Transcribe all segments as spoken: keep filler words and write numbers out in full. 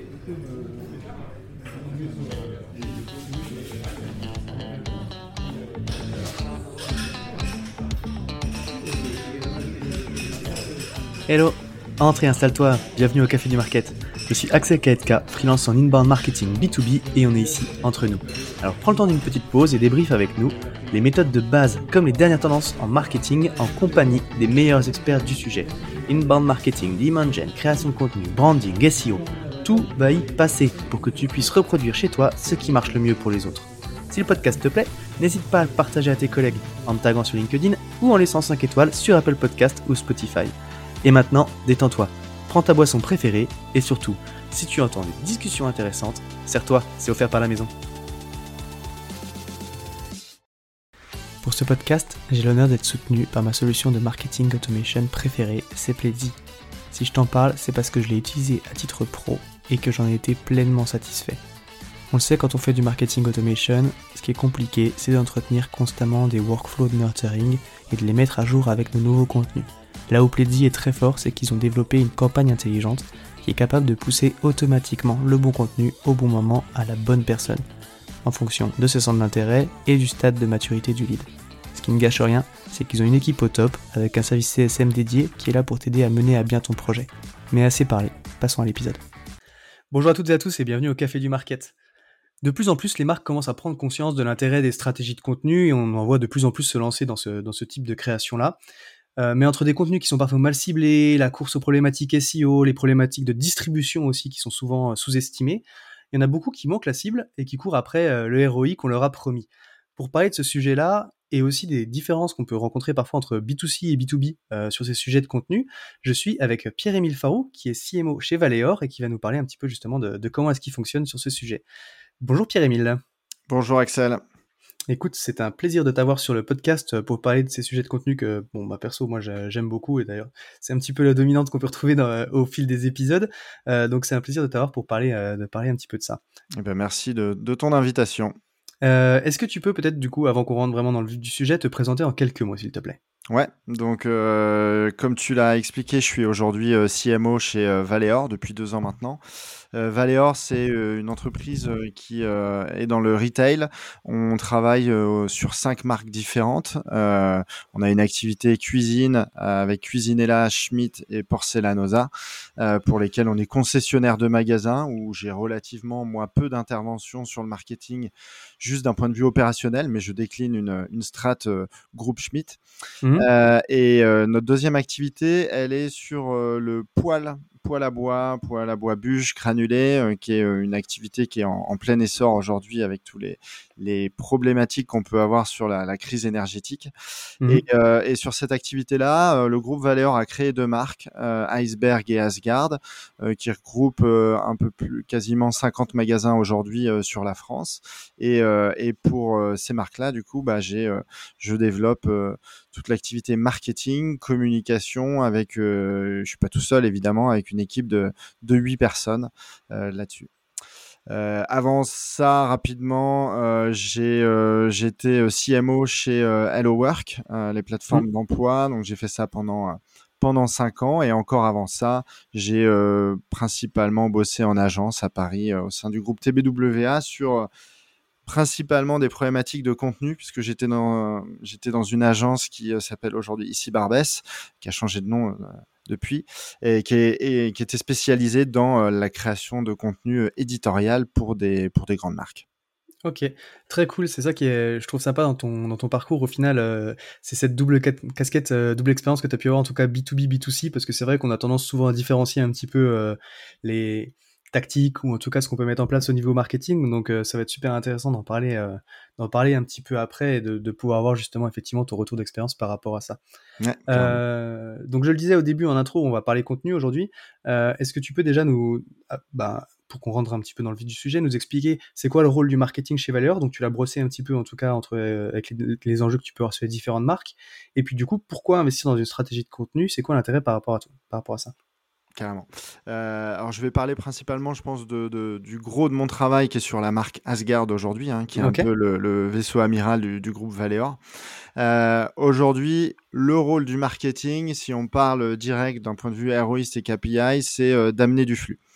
Hello, entre et installe-toi, bienvenue au Café du Market. Je suis Axel Kaetka, freelance en inbound marketing B deux B et on est ici, entre nous. Alors prends le temps d'une petite pause et débrief avec nous les méthodes de base comme les dernières tendances en marketing en compagnie des meilleurs experts du sujet. Inbound marketing, demand gen, création de contenu, branding, S E O, tout va y passer pour que tu puisses reproduire chez toi ce qui marche le mieux pour les autres. Si le podcast te plaît, n'hésite pas à le partager à tes collègues en me taguant sur LinkedIn ou en laissant cinq étoiles sur Apple Podcast ou Spotify. Et maintenant, détends-toi, prends ta boisson préférée et surtout, si tu entends des discussions intéressantes, serre-toi, c'est offert par la maison. Pour ce podcast, j'ai l'honneur d'être soutenu par ma solution de marketing automation préférée, Sepleady. Si je t'en parle, c'est parce que je l'ai utilisé à titre pro et que j'en ai été pleinement satisfait. On le sait, quand on fait du marketing automation, ce qui est compliqué, c'est d'entretenir constamment des workflows de nurturing et de les mettre à jour avec nos nouveaux contenus. Là où Pledzi est très fort, c'est qu'ils ont développé une campagne intelligente qui est capable de pousser automatiquement le bon contenu au bon moment à la bonne personne, en fonction de ses centres d'intérêt et du stade de maturité du lead. Ce qui ne gâche rien, c'est qu'ils ont une équipe au top avec un service C S M dédié qui est là pour t'aider à mener à bien ton projet. Mais assez parlé, passons à l'épisode. Bonjour à toutes et à tous et bienvenue au Café du Market. De plus en plus, les marques commencent à prendre conscience de l'intérêt des stratégies de contenu et on en voit de plus en plus se lancer dans ce, dans ce type de création-là. Euh, mais entre des contenus qui sont parfois mal ciblés, la course aux problématiques S E O, les problématiques de distribution aussi qui sont souvent euh, sous-estimées, il y en a beaucoup qui manquent la cible et qui courent après euh, le R O I qu'on leur a promis. Pour parler de ce sujet-là et aussi des différences qu'on peut rencontrer parfois entre B deux C et B deux B euh, sur ces sujets de contenu, je suis avec Pierre-Émile Farou qui est C M O chez Valeor et qui va nous parler un petit peu justement de, de comment est-ce qu'il fonctionne sur ce sujet. Bonjour Pierre-Émile. Bonjour Axel. Écoute, c'est un plaisir de t'avoir sur le podcast pour parler de ces sujets de contenu que, bon, bah, perso, moi, j'aime beaucoup, et d'ailleurs, c'est un petit peu la dominante qu'on peut retrouver dans, au fil des épisodes, euh, donc c'est un plaisir de t'avoir pour parler, euh, de parler un petit peu de ça. Eh ben, merci de, de ton invitation. Euh, est-ce que tu peux peut-être, du coup, avant qu'on rentre vraiment dans le vif du sujet, te présenter en quelques mots, s'il te plaît ? Ouais, donc euh, comme tu l'as expliqué, je suis aujourd'hui euh, C M O chez euh, Valeor depuis deux ans maintenant. Euh, Valeor, c'est euh, une entreprise euh, qui euh, est dans le retail. On travaille euh, sur cinq marques différentes. Euh, on a une activité cuisine euh, avec Cuisinella, Schmitt et Porcelanosa, euh, pour lesquelles on est concessionnaire de magasins où j'ai relativement moi peu d'intervention sur le marketing, juste d'un point de vue opérationnel, mais je décline une, une strate euh, groupe Schmitt. Mmh. Euh, et euh, notre deuxième activité, elle est sur euh, le poêle, poêle à bois, poêle à bois bûche, granulé, euh, qui est euh, une activité qui est en, en plein essor aujourd'hui avec tous les, les problématiques qu'on peut avoir sur la, la crise énergétique. Mmh. Et, euh, et sur cette activité-là, euh, le groupe Valeor a créé deux marques, euh, Iceberg et Asgard, euh, qui regroupent euh, un peu plus, quasiment cinquante magasins aujourd'hui euh, sur la France. Et, euh, et pour euh, ces marques-là, du coup, bah, j'ai, euh, je développe euh, toute l'activité marketing, communication avec, euh, je suis pas tout seul évidemment, avec une équipe de de huit personnes euh, là-dessus. Euh, avant ça, rapidement, euh, j'ai euh, j'étais C M O chez euh, Hello Work, euh, les plateformes mmh. d'emploi. Donc j'ai fait ça pendant euh, pendant cinq ans et encore avant ça, j'ai euh, principalement bossé en agence à Paris euh, au sein du groupe T B W A sur euh, principalement des problématiques de contenu, puisque j'étais dans, j'étais dans une agence qui euh, s'appelle aujourd'hui Ici Barbès, qui a changé de nom euh, depuis, et qui, est, et qui était spécialisée dans euh, la création de contenu euh, éditorial pour des, pour des grandes marques. Ok, très cool, c'est ça qui est, je trouve sympa dans ton, dans ton parcours au final, euh, c'est cette double casquette, euh, double expérience que tu as pu avoir en tout cas B deux B, B deux C, parce que c'est vrai qu'on a tendance souvent à différencier un petit peu euh, les tactiques ou en tout cas ce qu'on peut mettre en place au niveau marketing, donc euh, ça va être super intéressant d'en parler, euh, d'en parler un petit peu après et de, de pouvoir avoir justement effectivement ton retour d'expérience par rapport à ça. Ouais, euh, donc je le disais au début en intro, on va parler contenu aujourd'hui, euh, est-ce que tu peux déjà nous... Ah, bah, pour qu'on rentre un petit peu dans le vif du sujet, nous expliquer c'est quoi le rôle du marketing chez Valeor. Donc tu l'as brossé un petit peu en tout cas entre, euh, avec les, les enjeux que tu peux avoir sur les différentes marques. Et puis du coup, pourquoi investir dans une stratégie de contenu ? C'est quoi l'intérêt par rapport à, tout, par rapport à ça ? Carrément. Euh, alors je vais parler principalement, je pense, de, de, du gros de mon travail qui est sur la marque Asgard aujourd'hui, hein, qui est okay. un peu le, le vaisseau amiral du, du groupe Valeor. Euh, aujourd'hui, le rôle du marketing, si on parle direct d'un point de vue héroïste et K P I, c'est euh, d'amener du flux.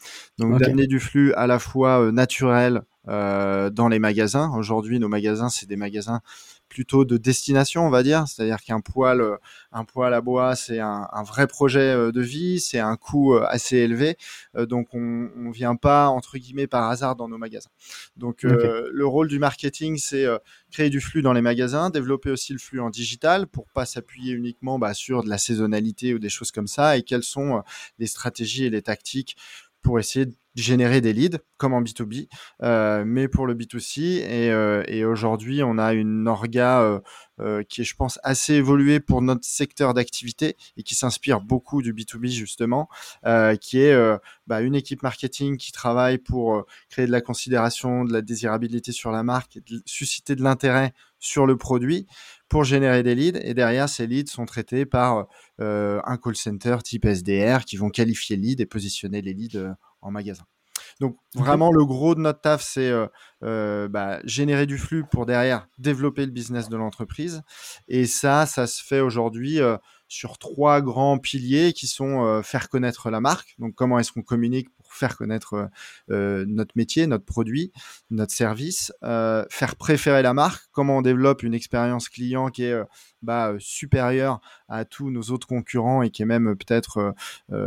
Donc OK. d'amener du flux à la fois euh, naturel euh, dans les magasins. Aujourd'hui, nos magasins, c'est des magasins plutôt de destination, on va dire. C'est-à-dire qu'un poêle, euh, un poêle à bois, c'est un, un vrai projet euh, de vie, c'est un coût euh, assez élevé. Euh, donc on, on vient pas entre guillemets par hasard dans nos magasins. Donc OK. euh, le rôle du marketing, c'est euh, créer du flux dans les magasins, développer aussi le flux en digital pour pas s'appuyer uniquement bah, sur de la saisonnalité ou des choses comme ça. Et quelles sont euh, les stratégies et les tactiques pour essayer de générer des leads, comme en B deux B, euh, mais pour le B deux C. Et, euh, et aujourd'hui, on a une orga euh, euh, qui est, je pense, assez évoluée pour notre secteur d'activité et qui s'inspire beaucoup du B deux B, justement, euh, qui est euh, bah, une équipe marketing qui travaille pour euh, créer de la considération, de la désirabilité sur la marque et de susciter de l'intérêt sur le produit pour générer des leads. Et derrière, ces leads sont traités par euh, un call center type S D R qui vont qualifier les leads et positionner les leads euh, en magasin. Donc OK. vraiment, le gros de notre taf, c'est euh, euh, bah, générer du flux pour derrière développer le business de l'entreprise. Et ça, ça se fait aujourd'hui euh, sur trois grands piliers qui sont euh, faire connaître la marque. Donc comment est-ce qu'on communique pour faire connaître euh, notre métier, notre produit, notre service, euh, faire préférer la marque, comment on développe une expérience client qui est euh, bah, euh, supérieure à tous nos autres concurrents et qui est même euh, peut-être euh,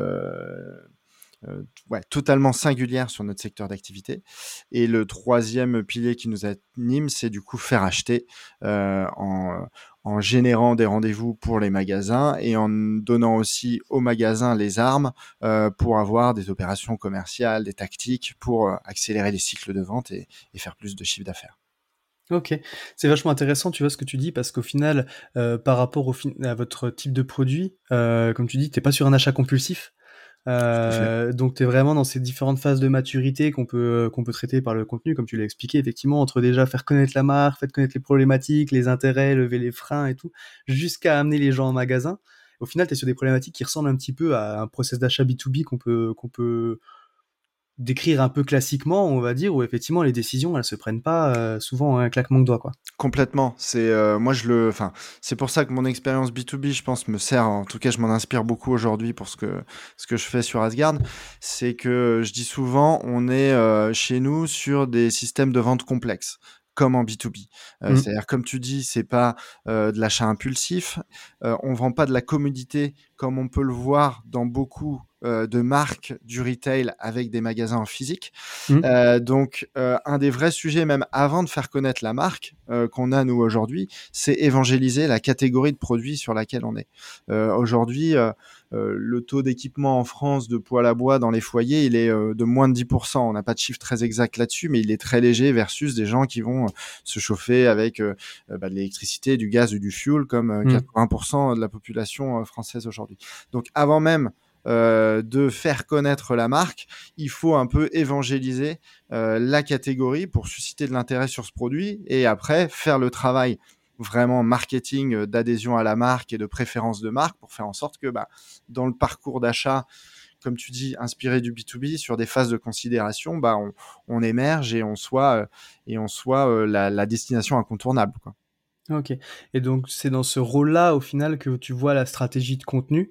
euh, euh, ouais, totalement singulière sur notre secteur d'activité. Et le troisième pilier qui nous anime, c'est du coup faire acheter euh, en, en générant des rendez-vous pour les magasins et en donnant aussi aux magasins les armes euh, pour avoir des opérations commerciales, des tactiques pour euh, accélérer les cycles de vente et, et faire plus de chiffre d'affaires. OK. C'est vachement intéressant, tu vois, ce que tu dis, parce qu'au final, heu, par rapport au fin à votre type de produit, heu, comme tu dis, tu es pas sur un achat compulsif. Tout à fait. Heu, donc tu es vraiment dans ces différentes phases de maturité qu'on peut, qu'on peut traiter par le contenu, comme tu l'as expliqué, effectivement, entre déjà faire connaître la marque, faire connaître les problématiques, les intérêts, lever les freins et tout, jusqu'à amener les gens en magasin. Au final, tu es sur des problématiques qui ressemblent un petit peu à un process d'achat B deux B qu'on peut qu'on peut décrire un peu classiquement, on va dire, où effectivement les décisions, elles se prennent pas, heu, souvent en un claquement de doigts, quoi. Complètement. C'est euh, moi je le, enfin c'est pour ça que mon expérience B deux B, je pense, me sert. En tout cas, je m'en inspire beaucoup aujourd'hui pour ce que ce que je fais sur Asgard. C'est que je dis souvent, on est euh, chez nous sur des systèmes de vente complexes, comme en B deux B. Euh, Mmh. c'est-à-dire, comme tu dis, c'est pas euh, de l'achat impulsif. Euh, on vend pas de la commodité comme on peut le voir dans beaucoup euh, de marques du retail avec des magasins en physique. Mmh. Euh, donc, euh, un des vrais sujets, même avant de faire connaître la marque euh, qu'on a nous aujourd'hui, c'est évangéliser la catégorie de produits sur laquelle on est. Euh, aujourd'hui, euh, euh, le taux d'équipement en France de poêle à bois dans les foyers, il est euh, de moins de dix pour cent. On n'a pas de chiffre très exact là-dessus, mais il est très léger versus des gens qui vont euh, se chauffer avec euh, bah, de l'électricité, du gaz ou du fuel, comme euh, Mmh. quatre-vingts pour cent de la population euh, française aujourd'hui. Donc, avant même euh, de faire connaître la marque, il faut un peu évangéliser euh, la catégorie pour susciter de l'intérêt sur ce produit et après faire le travail vraiment marketing euh, d'adhésion à la marque et de préférence de marque pour faire en sorte que bah, dans le parcours d'achat, comme tu dis, inspiré du B deux B, sur des phases de considération, bah, on, on émerge et on soit, euh, et on soit euh, la, la destination incontournable, quoi. OK, et donc c'est dans ce rôle-là, au final, que tu vois la stratégie de contenu,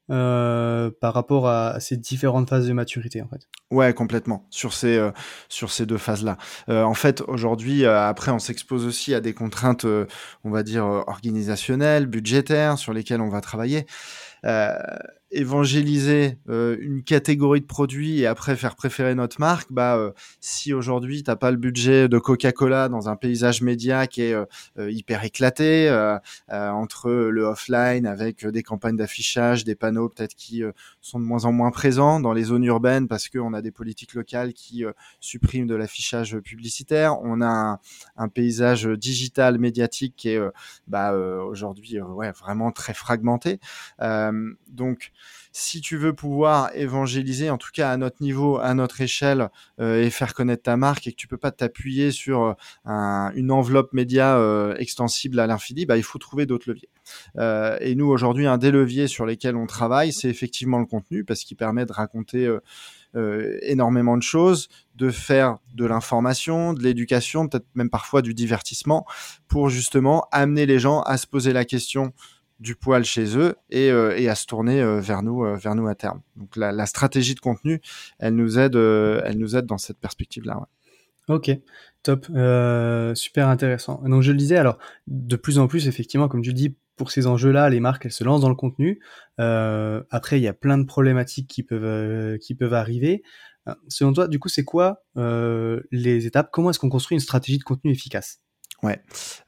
heu, par rapport à à ces différentes phases de maturité, en fait? Ouais, complètement, sur ces, heu, sur ces deux phases-là. Heu, en fait, aujourd'hui, heu, après, on s'expose aussi à des contraintes, heu, on va dire, heu, organisationnelles, budgétaires, sur lesquelles on va travailler. Heu, évangéliser euh, une catégorie de produits et après faire préférer notre marque, bah, euh, si aujourd'hui tu n'as pas le budget de Coca-Cola dans un paysage média qui est euh, euh, hyper éclaté, euh, euh, entre le offline avec des campagnes d'affichage, des panneaux peut-être qui euh, sont de moins en moins présents dans les zones urbaines parce qu'on a des politiques locales qui euh, suppriment de l'affichage publicitaire, on a un, un paysage digital médiatique qui est euh, bah, euh, aujourd'hui euh, ouais, vraiment très fragmenté. Euh, donc, si tu veux pouvoir évangéliser, en tout cas à notre niveau, à notre échelle, euh, et faire connaître ta marque et que tu peux pas t'appuyer sur euh, un, une enveloppe média euh, extensible à l'infini, bah, il faut trouver d'autres leviers. Euh, et nous, aujourd'hui, un des leviers sur lesquels on travaille, c'est effectivement le contenu, parce qu'il permet de raconter euh, euh, énormément de choses, de faire de l'information, de l'éducation, peut-être même parfois du divertissement, pour justement amener les gens à se poser la question du poil chez eux et, euh, et à se tourner euh, vers nous, euh, vers nous à terme. Donc la, la stratégie de contenu, elle nous aide, euh, elle nous aide dans cette perspective-là. Ouais. Ok, top, euh, super intéressant. Donc je le disais, alors de plus en plus, effectivement, comme tu le dis, pour ces enjeux-là, les marques, elles se lancent dans le contenu. Euh, après, il y a plein de problématiques qui peuvent euh, qui peuvent arriver. Euh, Selon toi, du coup, c'est quoi euh, les étapes? Comment est-ce qu'on construit une stratégie de contenu efficace? Ouais.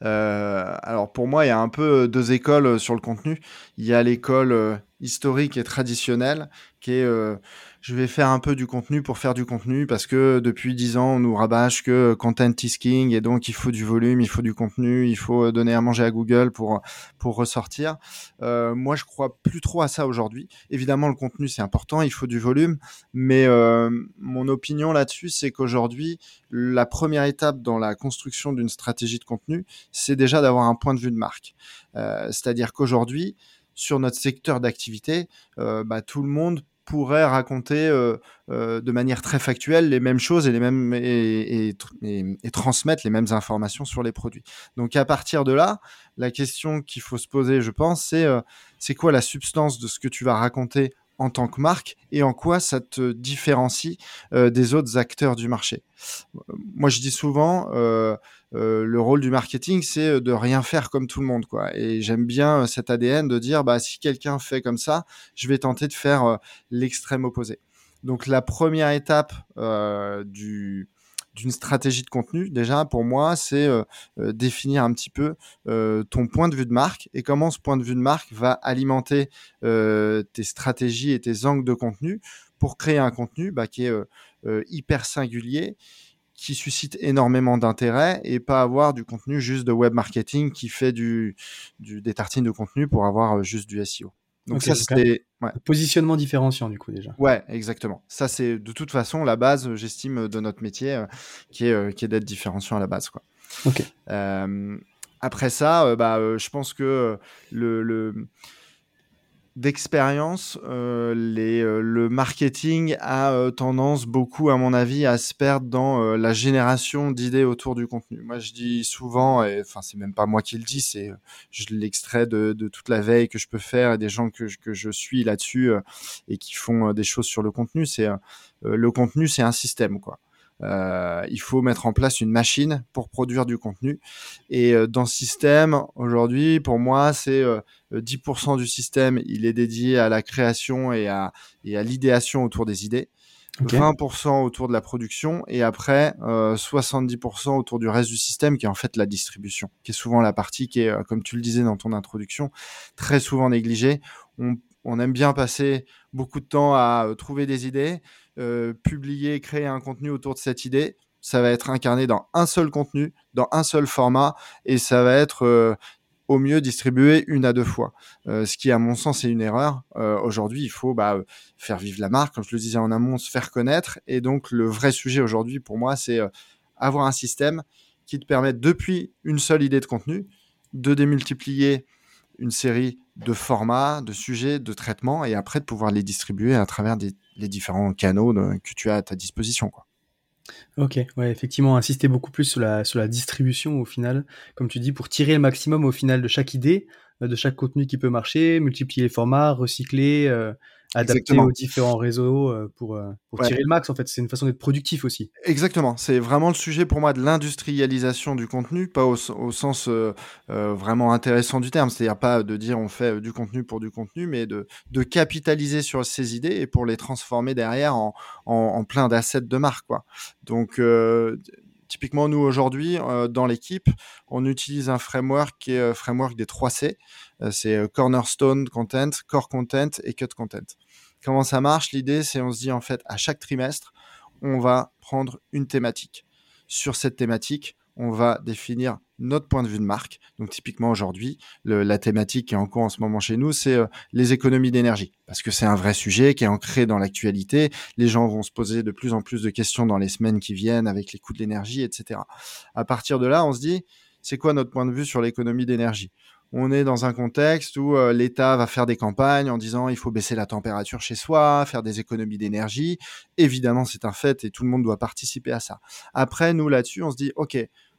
Euh, alors pour moi, il y a un peu deux écoles sur le contenu. Il y a l'école euh, historique et traditionnelle, qui est euh, je vais faire un peu du contenu pour faire du contenu, parce que depuis dix ans, on nous rabâche que content is king, et donc il faut du volume, il faut du contenu, il faut donner à manger à Google pour, pour ressortir. Euh, moi, je crois plus trop à ça aujourd'hui. Évidemment, le contenu, c'est important, il faut du volume, mais euh, mon opinion là-dessus, c'est qu'aujourd'hui, la première étape dans la construction d'une stratégie de contenu, c'est déjà d'avoir un point de vue de marque. Euh, c'est-à-dire qu'aujourd'hui, sur notre secteur d'activité, euh, bah, tout le monde pourrait raconter euh, euh, de manière très factuelle les mêmes choses et les mêmes et, et, et, et transmettre les mêmes informations sur les produits. Donc à partir de là, la question qu'il faut se poser, je pense, c'est euh, c'est quoi la substance de ce que tu vas raconter en tant que marque et en quoi ça te différencie euh, des autres acteurs du marché. Moi, je dis souvent, euh, euh, le rôle du marketing, c'est de rien faire comme tout le monde, quoi. Et j'aime bien cet A D N de dire, bah, si quelqu'un fait comme ça, je vais tenter de faire euh, l'extrême opposé. Donc, la première étape euh, du d'une stratégie de contenu, déjà, pour moi, c'est euh, euh, définir un petit peu euh, ton point de vue de marque et comment ce point de vue de marque va alimenter euh, tes stratégies et tes angles de contenu pour créer un contenu bah, qui est euh, euh, hyper singulier, qui suscite énormément d'intérêt et pas avoir du contenu juste de web marketing qui fait du, du, des tartines de contenu pour avoir juste du S E O. Donc Ok, ça, donc un c'est... Ouais. positionnement différenciant, du coup, déjà. Ouais, exactement. Ça, c'est de toute façon la base, j'estime, de notre métier, euh, qui est, euh, qui est d'être différenciant à la base, quoi. Ok. Euh, après ça, euh, bah, euh, je pense que le... le d'expérience, euh, les, euh, le marketing a euh, tendance beaucoup, à mon avis, à se perdre dans euh, la génération d'idées autour du contenu. Moi, je dis souvent, et enfin, c'est même pas moi qui le dis, c'est je l'extrais de, de toute la veille que je peux faire et des gens que je, que je suis là-dessus euh, et qui font euh, des choses sur le contenu. C'est euh, le contenu, c'est un système, quoi. Euh, il faut mettre en place une machine pour produire du contenu. Et euh, dans ce système, aujourd'hui, pour moi, c'est euh, dix pour cent du système, il est dédié à la création et à, et à l'idéation autour des idées. Okay. vingt pour cent autour de la production et après euh, soixante-dix pour cent autour du reste du système qui est en fait la distribution, qui est souvent la partie qui est, comme tu le disais dans ton introduction, très souvent négligée. On, on aime bien passer beaucoup de temps à euh, trouver des idées, euh, publier, créer un contenu autour de cette idée. Ça va être incarné dans un seul contenu, dans un seul format et ça va être... Euh, au mieux distribué une à deux fois. Euh, ce qui, à mon sens, est une erreur. Euh, aujourd'hui, il faut bah, faire vivre la marque, comme je le disais en amont, se faire connaître. Et donc, le vrai sujet aujourd'hui, pour moi, c'est euh, avoir un système qui te permette, depuis une seule idée de contenu, de démultiplier une série de formats, de sujets, de traitements, et après de pouvoir les distribuer à travers des, les différents canaux de, que tu as à ta disposition, quoi. Ok, ouais, effectivement, insister beaucoup plus sur la, sur la distribution au final, comme tu dis, pour tirer le maximum au final de chaque idée, de chaque contenu qui peut marcher, multiplier les formats, recycler, euh, adapter Exactement. Aux différents réseaux euh, pour, euh, pour ouais. tirer le max, en fait. C'est une façon d'être productif aussi. Exactement. C'est vraiment le sujet pour moi de l'industrialisation du contenu, pas au, au sens euh, euh, vraiment intéressant du terme. C'est-à-dire pas de dire on fait du contenu pour du contenu, mais de, de capitaliser sur ces idées et pour les transformer derrière en, en, en plein d'assets de marque, quoi. Donc, euh, typiquement, nous, aujourd'hui, euh, dans l'équipe, on utilise un framework qui est un framework des trois C. Euh, c'est Cornerstone Content, Core Content et Cut Content. Comment ça marche? L'idée, c'est on se dit, en fait, à chaque trimestre, on va prendre une thématique. Sur cette thématique, on va définir notre point de vue de marque. Donc, typiquement, aujourd'hui, le, la thématique qui est en cours en ce moment chez nous, c'est euh, les économies d'énergie. Parce que c'est un vrai sujet qui est ancré dans l'actualité. Les gens vont se poser de plus en plus de questions dans les semaines qui viennent avec les coûts de l'énergie, et cetera. À partir de là, on se dit, c'est quoi notre point de vue sur l'économie d'énergie? On est dans un contexte où euh, l'État va faire des campagnes en disant il faut baisser la température chez soi, faire des économies d'énergie. Évidemment, c'est un fait et tout le monde doit participer à ça. Après, nous, là-dessus, on se dit, OK,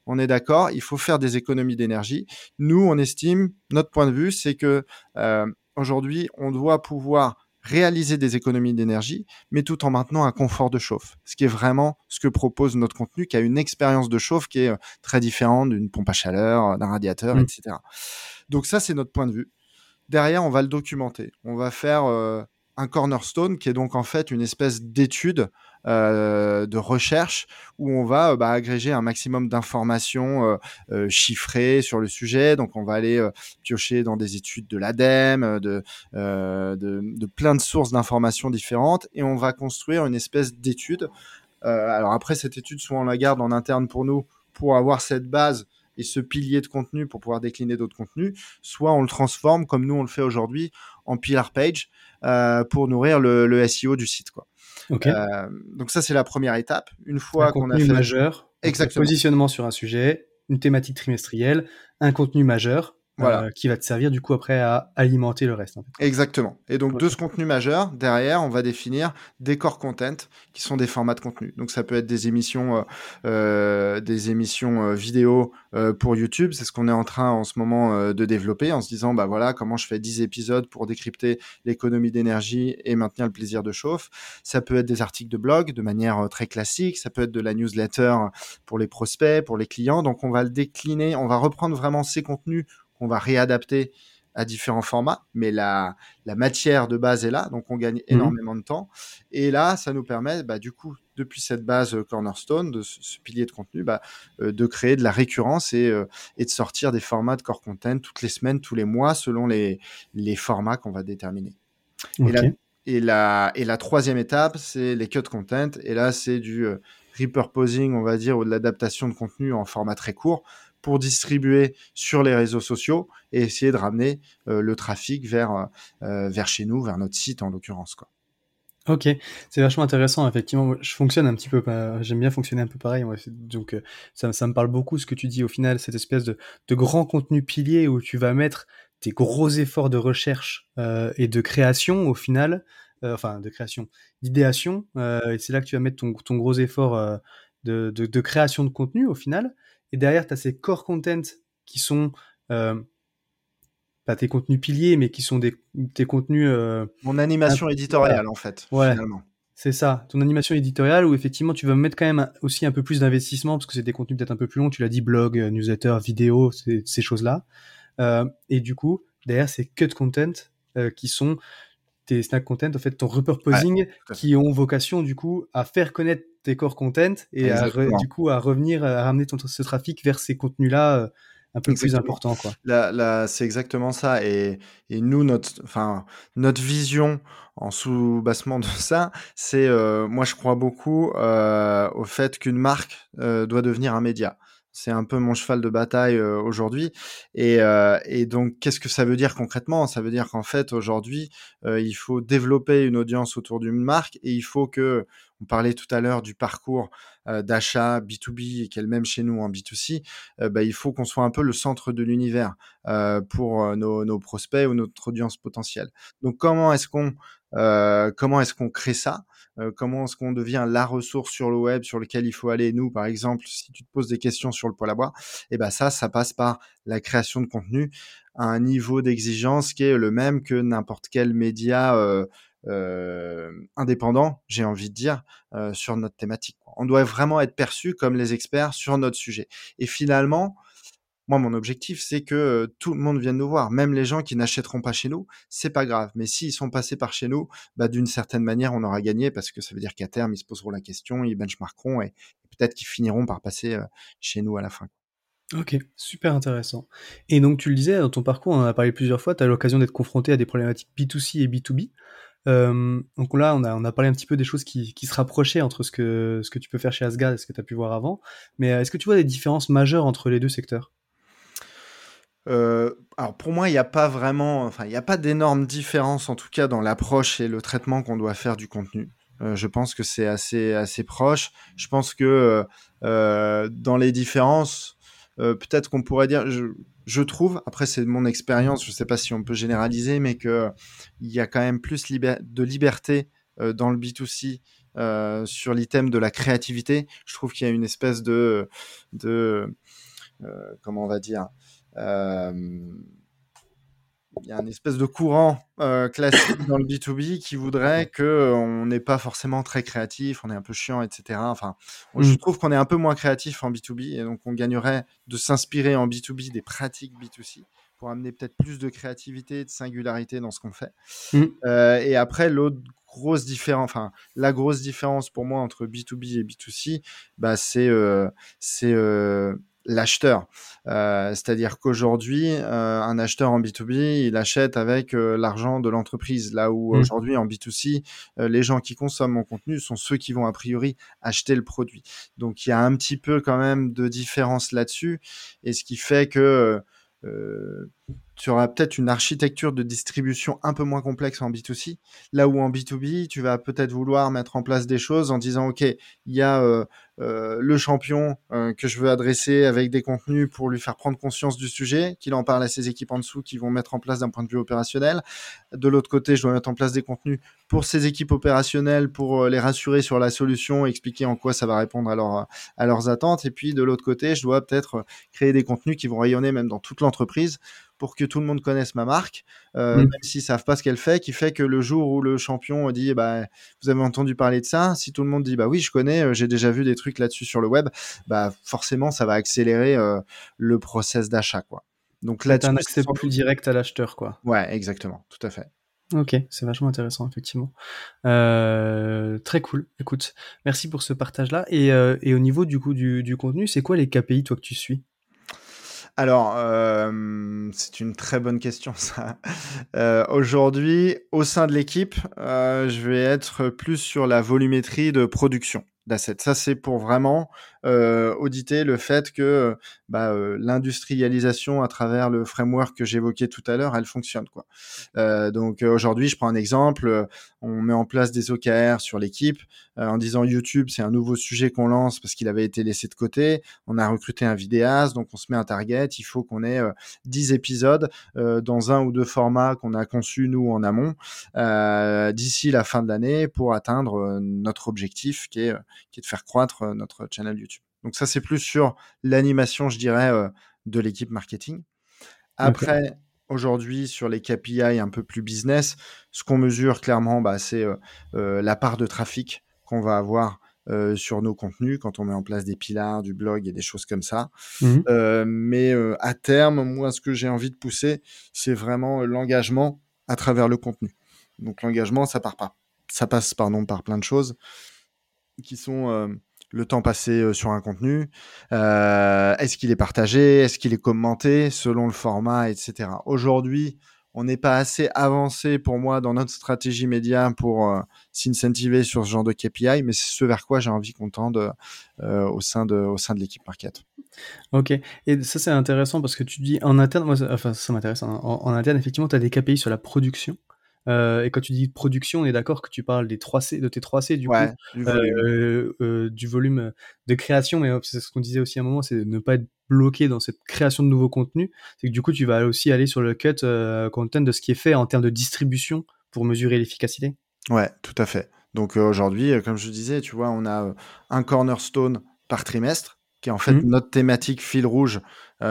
on est d'accord, il faut faire des économies d'énergie. Nous, on estime, notre point de vue, c'est que euh, aujourd'hui, on doit pouvoir réaliser des économies d'énergie, mais tout en maintenant un confort de chauffe. Ce qui est vraiment ce que propose notre contenu, qui a une expérience de chauffe qui est euh, très différente d'une pompe à chaleur, d'un radiateur, Mmh. et cetera. Donc ça, c'est notre point de vue. Derrière, on va le documenter. On va faire euh, un cornerstone, qui est donc en fait une espèce d'étude euh, de recherche où on va euh, bah, agréger un maximum d'informations euh, euh, chiffrées sur le sujet. Donc, on va aller euh, piocher dans des études de l'ADEME, de, euh, de, de plein de sources d'informations différentes, et on va construire une espèce d'étude. Euh, alors après, cette étude, soit on la garde en interne pour nous, pour avoir cette base et ce pilier de contenu pour pouvoir décliner d'autres contenus, soit on le transforme, comme nous on le fait aujourd'hui, en pillar page euh, pour nourrir le, le S E O du site, quoi. Ok. Euh, donc ça, c'est la première étape. Une Un fois qu'on a contenu fait... majeur, donc le Exactement. positionnement sur un sujet, une thématique trimestrielle, un contenu majeur Voilà. euh, qui va te servir du coup après à alimenter le reste. En fait. Exactement. Et donc, Ok. de ce contenu majeur, derrière, on va définir des core content qui sont des formats de contenu. Donc, ça peut être des émissions, euh, euh, des émissions euh, vidéo euh, pour YouTube. C'est ce qu'on est en train en ce moment euh, de développer en se disant, bah voilà, comment je fais dix épisodes pour décrypter l'économie d'énergie et maintenir le plaisir de chauffe. Ça peut être des articles de blog de manière euh, très classique. Ça peut être de la newsletter pour les prospects, pour les clients. Donc, on va le décliner. On va reprendre vraiment ces contenus qu'on va réadapter à différents formats, mais la, la matière de base est là, donc on gagne énormément mmh. de temps. Et là, ça nous permet, bah, du coup, depuis cette base Cornerstone, de ce, ce pilier de contenu, bah, euh, de créer de la récurrence et, euh, et de sortir des formats de core content toutes les semaines, tous les mois, selon les, les formats qu'on va déterminer. Okay. Et, la, et, la, et la troisième étape, c'est les cut content. Et là, c'est du euh, repurposing, on va dire, ou de l'adaptation de contenu en format très court, pour distribuer sur les réseaux sociaux et essayer de ramener euh, le trafic vers, euh, vers chez nous, vers notre site en l'occurrence, quoi. Ok, c'est vachement intéressant, effectivement. Je fonctionne un petit peu, euh, j'aime bien fonctionner un peu pareil. Ouais. Donc, euh, ça, ça me parle beaucoup ce que tu dis au final, cette espèce de, de grand contenu pilier où tu vas mettre tes gros efforts de recherche euh, et de création au final, euh, enfin de création, d'idéation, euh, et c'est là que tu vas mettre ton, ton gros effort euh, de, de, de création de contenu au final. Et derrière, tu as ces core content qui sont euh, pas tes contenus piliers, mais qui sont des, tes contenus... Euh, Mon animation un... éditoriale, voilà. en fait, ouais. finalement. C'est ça, ton animation éditoriale où effectivement tu vas mettre quand même aussi un peu plus d'investissement parce que c'est des contenus peut-être un peu plus longs, tu l'as dit, blog, newsletter, vidéo, ces, ces choses-là. Euh, et du coup, derrière, c'est cut content euh, qui sont tes snack content, en fait, ton repurposing ouais, qui ont vocation du coup à faire connaître tes core content et à re, du coup à revenir, à ramener ton, ce trafic vers ces contenus-là euh, un peu exactement. Plus important, quoi. Là, là, c'est exactement ça. Et, et nous, notre, enfin, notre vision en sous-bassement de ça, c'est, euh, moi, je crois beaucoup euh, au fait qu'une marque euh, doit devenir un média. C'est un peu mon cheval de bataille euh, aujourd'hui. Et, euh, et donc, qu'est-ce que ça veut dire concrètement ? Ça veut dire qu'en fait, aujourd'hui, euh, il faut développer une audience autour d'une marque et il faut que, on parlait tout à l'heure du parcours euh, d'achat B deux B qui est le même chez nous en B deux C, euh, bah, il faut qu'on soit un peu le centre de l'univers euh, pour euh, nos, nos prospects ou notre audience potentielle. Donc, comment est-ce qu'on euh, comment est-ce qu'on crée ça ? Euh, comment est-ce qu'on devient la ressource sur le web sur lequel il faut aller ? Nous, par exemple, si tu te poses des questions sur le poêle à bois, et ben ça, ça passe par la création de contenu à un niveau d'exigence qui est le même que n'importe quel média euh, euh, indépendant, j'ai envie de dire, euh, sur notre thématique. On doit vraiment être perçu comme les experts sur notre sujet. Et finalement, moi, mon objectif, c'est que euh, tout le monde vienne nous voir, même les gens qui n'achèteront pas chez nous, c'est pas grave. Mais s'ils sont passés par chez nous, bah, d'une certaine manière, on aura gagné parce que ça veut dire qu'à terme, ils se poseront la question, ils benchmarkeront et, et peut-être qu'ils finiront par passer euh, chez nous à la fin. Ok, super intéressant. Et donc, tu le disais, dans ton parcours, on en a parlé plusieurs fois, tu as l'occasion d'être confronté à des problématiques B deux C et B deux B. Euh, donc là, on a, on a parlé un petit peu des choses qui, qui se rapprochaient entre ce que, ce que tu peux faire chez Asgard et ce que tu as pu voir avant. Mais est-ce que tu vois des différences majeures entre les deux secteurs ? Euh, alors pour moi, il n'y a pas vraiment, enfin, il n'y a pas d'énorme différence en tout cas dans l'approche et le traitement qu'on doit faire du contenu. Euh, je pense que c'est assez assez proche. Je pense que euh, dans les différences, euh, peut-être qu'on pourrait dire, je, je trouve, après c'est mon expérience, je ne sais pas si on peut généraliser, mais que il y a quand même plus liber- de liberté euh, dans le B deux C euh, sur l'item de la créativité. Je trouve qu'il y a une espèce de, de euh, comment on va dire, euh, il y a une espèce de courant euh, classique dans le B deux B qui voudrait que euh, on n'est pas forcément très créatif, on est un peu chiant, et cetera. Enfin, on- je Mm. trouve qu'on est un peu moins créatif en B deux B et donc on gagnerait de s'inspirer en B deux B des pratiques B deux C pour amener peut-être plus de créativité, de singularité dans ce qu'on fait. Mm. Euh, et après, l'autre grosse différence, enfin, la grosse différence pour moi entre B deux B et B deux C, bah, c'est euh, c'est euh, l'acheteur. Euh, c'est-à-dire qu'aujourd'hui, euh, un acheteur en B deux B, il achète avec euh, l'argent de l'entreprise. Là où Mm. aujourd'hui, en B deux C, euh, les gens qui consomment mon contenu sont ceux qui vont a priori acheter le produit. Donc, il y a un petit peu quand même de différence là-dessus. Et ce qui fait que euh, tu auras peut-être une architecture de distribution un peu moins complexe en B deux C, là où en B deux B, tu vas peut-être vouloir mettre en place des choses en disant, OK, il y a euh, euh, le champion euh, que je veux adresser avec des contenus pour lui faire prendre conscience du sujet, qu'il en parle à ses équipes en dessous qui vont mettre en place d'un point de vue opérationnel. De l'autre côté, je dois mettre en place des contenus pour ses équipes opérationnelles, pour euh, les rassurer sur la solution, expliquer en quoi ça va répondre à, leur, à leurs attentes. Et puis, de l'autre côté, je dois peut-être créer des contenus qui vont rayonner même dans toute l'entreprise pour que tout le monde connaisse ma marque, euh, Mm. même s'ils savent pas ce qu'elle fait, qui fait que le jour où le champion dit bah, vous avez entendu parler de ça, si tout le monde dit bah oui je connais, euh, j'ai déjà vu des trucs là-dessus sur le web, bah forcément ça va accélérer euh, le process d'achat quoi. Donc Ouais, t'as là-dessus un c'est accès sans plus doute... direct à l'acheteur, quoi. Ouais, exactement, tout à fait. Ok, c'est vachement intéressant, effectivement. Euh, très cool. Écoute, merci pour ce partage-là. Et, euh, et au niveau du coup du, du contenu, c'est quoi les K P I toi que tu suis? Alors, euh, c'est une très bonne question, ça. Euh, aujourd'hui, au sein de l'équipe, euh, je vais être plus sur la volumétrie de production d'assets. Ça, c'est pour vraiment euh, auditer le fait que bah, euh, l'industrialisation à travers le framework que j'évoquais tout à l'heure, elle fonctionne, quoi. Euh, donc euh, aujourd'hui, je prends un exemple. euh, On met en place des O K R sur l'équipe euh, en disant YouTube, c'est un nouveau sujet qu'on lance parce qu'il avait été laissé de côté. On a recruté un vidéaste, donc on se met un target. Il faut qu'on ait euh, dix épisodes euh, dans un ou deux formats qu'on a conçus, nous, en amont, euh, d'ici la fin de l'année pour atteindre euh, notre objectif qui est, euh, qui est de faire croître euh, notre channel YouTube. Donc ça, c'est plus sur l'animation, je dirais, euh, de l'équipe marketing. Ok. Après, aujourd'hui, sur les K P I un peu plus business, ce qu'on mesure clairement, bah, c'est euh, euh, la part de trafic qu'on va avoir euh, sur nos contenus quand on met en place des pilars, du blog et des choses comme ça. Mhm. Euh, mais euh, à terme, moi, ce que j'ai envie de pousser, c'est vraiment euh, l'engagement à travers le contenu. Donc l'engagement, ça part pas. Ça passe pardon, par plein de choses qui sont euh, le temps passé euh, sur un contenu, euh, est-ce qu'il est partagé, est-ce qu'il est commenté selon le format, et cetera. Aujourd'hui, on n'est pas assez avancé pour moi dans notre stratégie média pour euh, s'incentiver sur ce genre de K P I, mais c'est ce vers quoi j'ai envie qu'on tende euh, au sein de, au sein de l'équipe market. Ok. Et ça, c'est intéressant parce que tu dis en interne, moi, ça, enfin, ça m'intéresse. hein. En, en interne, effectivement, tu as des K P I sur la production. Euh, et quand tu dis production, on est d'accord que tu parles des trois C, de tes trois C, du coup, Ouais, du volume. euh, euh, du volume de création. Mais euh, c'est ce qu'on disait aussi à un moment, c'est de ne pas être bloqué dans cette création de nouveaux contenus. C'est que du coup, tu vas aussi aller sur le cut euh, content de ce qui est fait en termes de distribution pour mesurer l'efficacité. Ouais, tout à fait. Donc euh, aujourd'hui, euh, comme je disais, tu vois, on a euh, un cornerstone par trimestre, qui est en fait Mhm. notre thématique fil rouge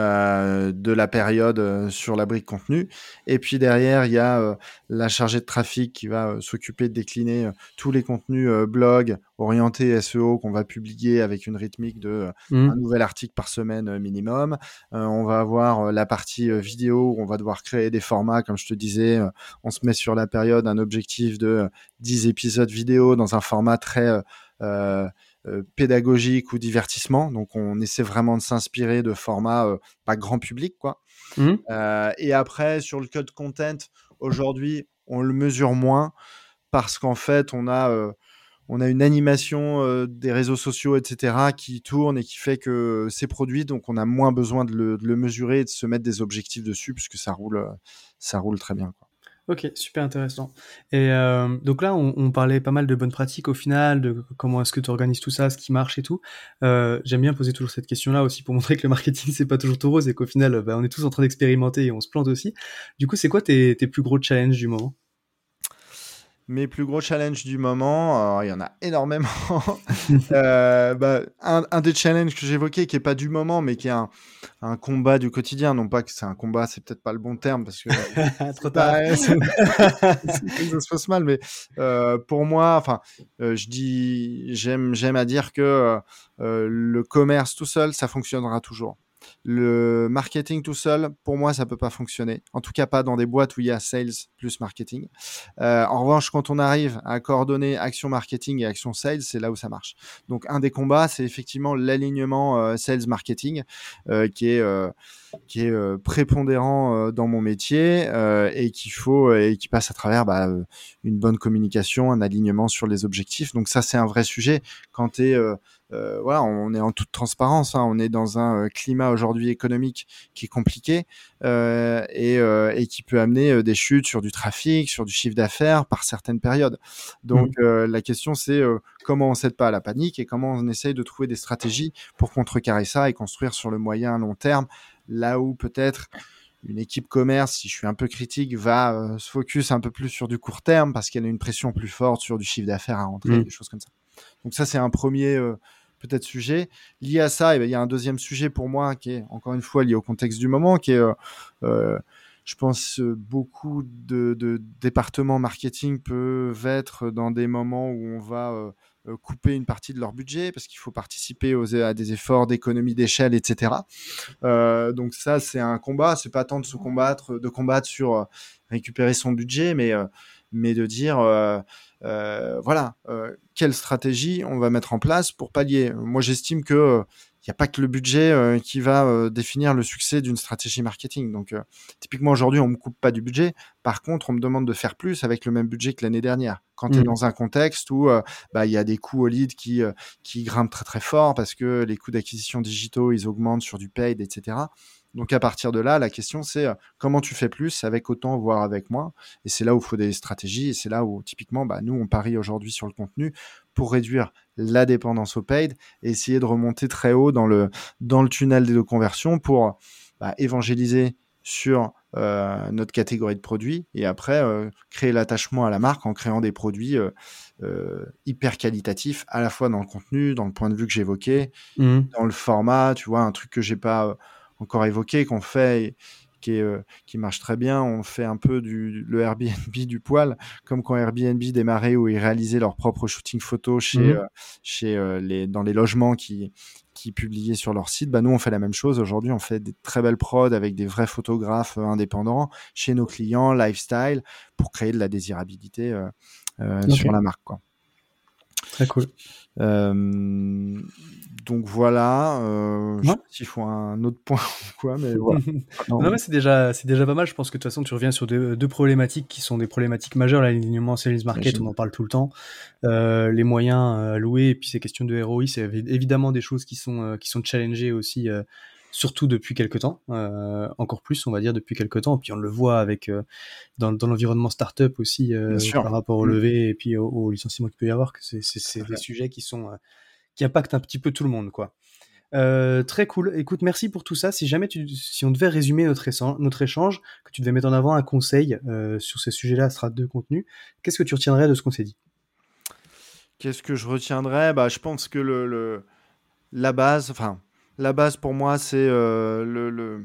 euh, de la période euh, sur la brique contenu. Et puis derrière, il y a euh, la chargée de trafic qui va euh, s'occuper de décliner euh, tous les contenus euh, blog orientés S E O qu'on va publier avec une rythmique de euh, un Mhm. nouvel article par semaine euh, minimum. Euh, on va avoir euh, la partie euh, vidéo où on va devoir créer des formats, comme je te disais. Euh, on se met sur la période un objectif de euh, dix épisodes vidéo dans un format très euh, euh, pédagogique ou divertissement. Donc, on essaie vraiment de s'inspirer de formats euh, pas grand public, quoi. Mhm. Euh, et après, sur le code content, aujourd'hui, on le mesure moins parce qu'en fait, on a euh, on a une animation euh, des réseaux sociaux, et cetera, qui tourne et qui fait que c'est produit. Donc, on a moins besoin de le, de le mesurer et de se mettre des objectifs dessus puisque ça roule, euh, ça roule très bien, quoi. Ok, super intéressant. Et euh, donc là, on, on parlait pas mal de bonnes pratiques au final, de comment est-ce que tu organises tout ça, ce qui marche et tout. Euh, j'aime bien poser toujours cette question-là aussi pour montrer que le marketing, c'est pas toujours tout rose et qu'au final, bah, on est tous en train d'expérimenter et on se plante aussi. Du coup, c'est quoi tes, tes plus gros challenges du moment? mes plus gros challenges du moment, alors il y en a énormément. euh, bah, un, un des challenges que j'évoquais, qui est pas du moment, mais qui est un, un combat du quotidien. Non pas que c'est un combat, c'est peut-être pas le bon terme parce que Trop c'est tard. pas, c'est, c'est que ça se passe mal. Mais euh, pour moi, enfin, euh, je dis, j'aime, j'aime à dire que euh, le commerce tout seul, ça fonctionnera toujours. Le marketing tout seul, pour moi, ça peut pas fonctionner. En tout cas, pas dans des boîtes où il y a sales plus marketing. Euh, en revanche, quand on arrive à coordonner action marketing et action sales, c'est là où ça marche. Donc, un des combats, c'est effectivement l'alignement euh, sales marketing euh, qui est euh, qui est euh, prépondérant euh, dans mon métier euh, et qu'il faut et qui passe à travers bah, euh, une bonne communication, un alignement sur les objectifs. Donc ça, c'est un vrai sujet. Quand t'es euh, euh, voilà, on est en toute transparence. Hein, on est dans un euh, climat aujourd'hui économique qui est compliqué euh, et, euh, et qui peut amener euh, des chutes sur du trafic, sur du chiffre d'affaires par certaines périodes. Donc Mmh. euh, la question, c'est euh, comment on cède pas à la panique et comment on essaye de trouver des stratégies pour contrecarrer ça et construire sur le moyen long terme. Là où peut-être une équipe commerce, si je suis un peu critique, va euh, se focus un peu plus sur du court terme parce qu'elle a une pression plus forte sur du chiffre d'affaires à rentrer, Mmh. des choses comme ça. Donc ça, c'est un premier euh, peut-être sujet. Lié à ça, eh ben, il y a un deuxième sujet pour moi qui est encore une fois lié au contexte du moment, qui est, euh, euh, je pense, euh, beaucoup de, de départements marketing peuvent être dans des moments où on va euh, euh, couper une partie de leur budget parce qu'il faut participer aux, à des efforts d'économie d'échelle, et cetera. Euh, donc ça, c'est un combat. C'est pas tant de se combattre, de combattre sur euh, récupérer son budget, mais euh, mais de dire euh, euh, voilà euh, quelle stratégie on va mettre en place pour pallier. Moi, j'estime que euh, il n'y a pas que le budget euh, qui va euh, définir le succès d'une stratégie marketing. Donc, euh, typiquement, aujourd'hui, on me coupe pas du budget. Par contre, on me demande de faire plus avec le même budget que l'année dernière. Quand tu es Mmh. dans un contexte où euh, bah, il y a des coûts au lead qui, euh, qui grimpent très très fort parce que les coûts d'acquisition digitaux, ils augmentent sur du paid, et cetera. Donc, à partir de là, la question, c'est euh, comment tu fais plus avec autant, voire avec moins. Et c'est là où il faut des stratégies. Et c'est là où, typiquement, bah, nous, on parie aujourd'hui sur le contenu pour réduire la dépendance au paid et essayer de remonter très haut dans le, dans le tunnel de conversion pour bah, évangéliser sur euh, notre catégorie de produits et après euh, créer l'attachement à la marque en créant des produits euh, euh, hyper qualitatifs à la fois dans le contenu, dans le point de vue que j'évoquais, Mmh. dans le format, tu vois, un truc que j'ai pas euh, encore évoqué, qu'on fait et qui, est, euh, qui marche très bien. On fait un peu du, le Airbnb du poil, comme quand Airbnb démarrait où ils réalisaient leur propre shooting photo chez, Mmh. euh, chez, euh, les, dans les logements qui, qui publiaient sur leur site. Bah, nous, on fait la même chose. Aujourd'hui, on fait des très belles prods avec des vrais photographes euh, indépendants chez nos clients, lifestyle, pour créer de la désirabilité euh, euh, Ok, sur la marque, quoi. très cool. Euh, donc voilà, euh, je Ouais. sais pas s'il faut un autre point ou quoi, mais voilà. Non, Non, mais c'est déjà, c'est déjà pas mal. Je pense que de toute façon, tu reviens sur deux, deux problématiques qui sont des problématiques majeures. L'alignement sales market, on j'imagine. en parle tout le temps. Euh, les moyens euh, alloués, et puis ces questions de R O I, c'est évi- évidemment des choses qui sont, euh, qui sont challengées aussi, euh, surtout depuis quelques temps. Euh, encore plus, on va dire, depuis quelques temps. Et puis on le voit avec, euh, dans, dans l'environnement startup aussi, Bien euh, sûr. par rapport au Mm. levé et puis au, au licenciement qu'il peut y avoir, que c'est, c'est, Tout c'est à des fait. sujets qui sont, euh, qui impactent un petit peu tout le monde, quoi. Euh, très cool. Écoute, merci pour tout ça. Si jamais tu, si on devait résumer notre, échange, notre échange, que tu devais mettre en avant un conseil euh, sur ces sujets-là, strat de contenu, qu'est-ce que tu retiendrais de ce qu'on s'est dit? Qu'est-ce que je retiendrai? Bah, je pense que le, le- la base, enfin, la base pour moi, c'est euh, le, le-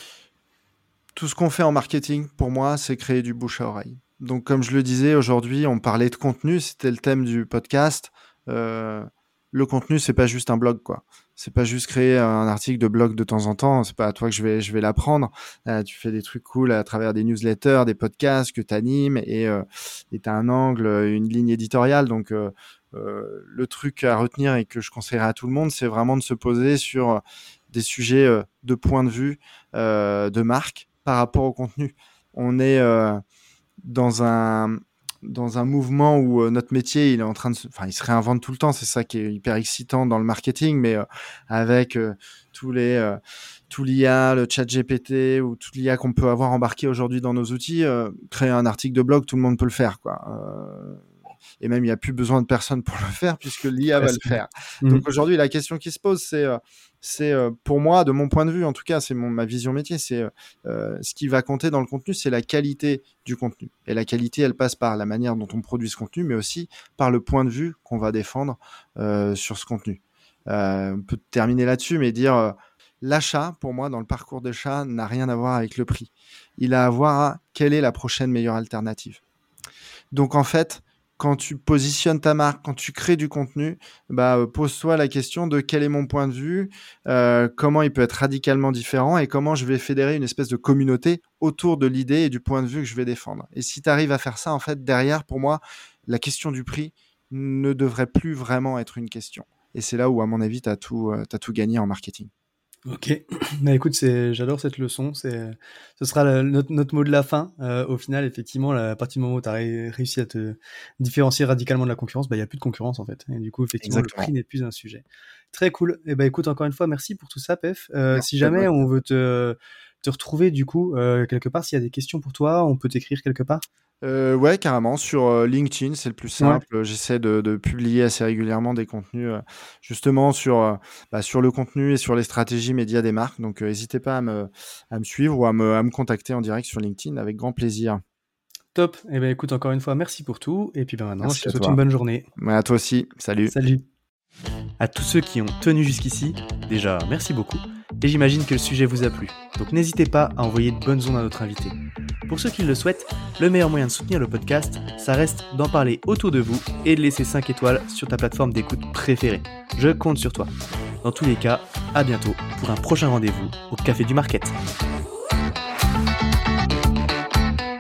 tout ce qu'on fait en marketing. Pour moi, c'est créer du bouche à oreille. Donc, comme je le disais aujourd'hui, on parlait de contenu, c'était le thème du podcast. Euh, le contenu, c'est pas juste un blog, quoi. C'est pas juste créer un article de blog de temps en temps. C'est pas à toi que je vais, je vais l'apprendre. Euh, tu fais des trucs cool à travers des newsletters, des podcasts que tu animes et euh, et t'as un angle, une ligne éditoriale. Donc, euh, euh, le truc à retenir et que je conseillerais à tout le monde, c'est vraiment de se poser sur des sujets euh, de point de vue euh, de marque par rapport au contenu. On est euh, dans un dans un mouvement où euh, notre métier, il est en train de se, enfin, il se réinvente tout le temps. C'est ça qui est hyper excitant dans le marketing, mais euh, avec euh, tous les, euh, tout l'I A, le chat G P T ou tout l'I A qu'on peut avoir embarqué aujourd'hui dans nos outils, euh, créer un article de blog, tout le monde peut le faire, quoi. Euh, et même il n'y a plus besoin de personne pour le faire puisque l'I A va le faire. Mmh. Donc aujourd'hui, la question qui se pose, c'est, euh, c'est euh, pour moi, de mon point de vue, en tout cas, c'est mon, ma vision métier, c'est euh, ce qui va compter dans le contenu, c'est la qualité du contenu. Et la qualité, elle passe par la manière dont on produit ce contenu, mais aussi par le point de vue qu'on va défendre euh, sur ce contenu. Euh, on peut terminer là-dessus, mais dire euh, l'achat, pour moi, dans le parcours d'achat, n'a rien à voir avec le prix. Il a à voir à quelle est la prochaine meilleure alternative. Donc en fait, quand tu positionnes ta marque, quand tu crées du contenu, bah, euh, pose-toi la question de quel est mon point de vue, euh, comment il peut être radicalement différent et comment je vais fédérer une espèce de communauté autour de l'idée et du point de vue que je vais défendre. Et si tu arrives à faire ça, en fait, derrière, pour moi, la question du prix ne devrait plus vraiment être une question. Et c'est là où, à mon avis, tu as tout, euh, t'as tout gagné en marketing. Ok, bah écoute, c'est, j'adore cette leçon. C'est, ce sera le- notre, notre mot de la fin. Euh, au final, effectivement, là, à partir du moment où tu as réussi à te différencier radicalement de la concurrence, bah il y a plus de concurrence en fait. Et du coup, effectivement, Exactement. le prix n'est plus un sujet. Très cool. Et bah écoute, encore une fois, merci pour tout ça, Pef. Euh, Merci si à jamais toi. on veut te te retrouver du coup euh, quelque part, s'il y a des questions pour toi, on peut t'écrire quelque part. Euh, ouais, carrément. Sur euh, LinkedIn, c'est le plus Ouais. simple. J'essaie de, de publier assez régulièrement des contenus, euh, justement sur, euh, bah, sur le contenu et sur les stratégies médias des marques. Donc, euh, n'hésitez pas à me, à me suivre ou à me, à me contacter en direct sur LinkedIn avec grand plaisir. Top. Et ben écoute, encore une fois, merci pour tout. Et puis ben maintenant, je Merci te à souhaite toi. une bonne journée. Ouais, à toi aussi. Salut. Salut. À tous ceux qui ont tenu jusqu'ici, déjà merci beaucoup, et j'imagine que le sujet vous a plu, donc n'hésitez pas à envoyer de bonnes ondes à notre invité. Pour ceux qui le souhaitent, le meilleur moyen de soutenir le podcast, ça reste d'en parler autour de vous et de laisser cinq étoiles sur ta plateforme d'écoute préférée. Je compte sur toi. Dans tous les cas, à bientôt pour un prochain rendez-vous au Café du Market.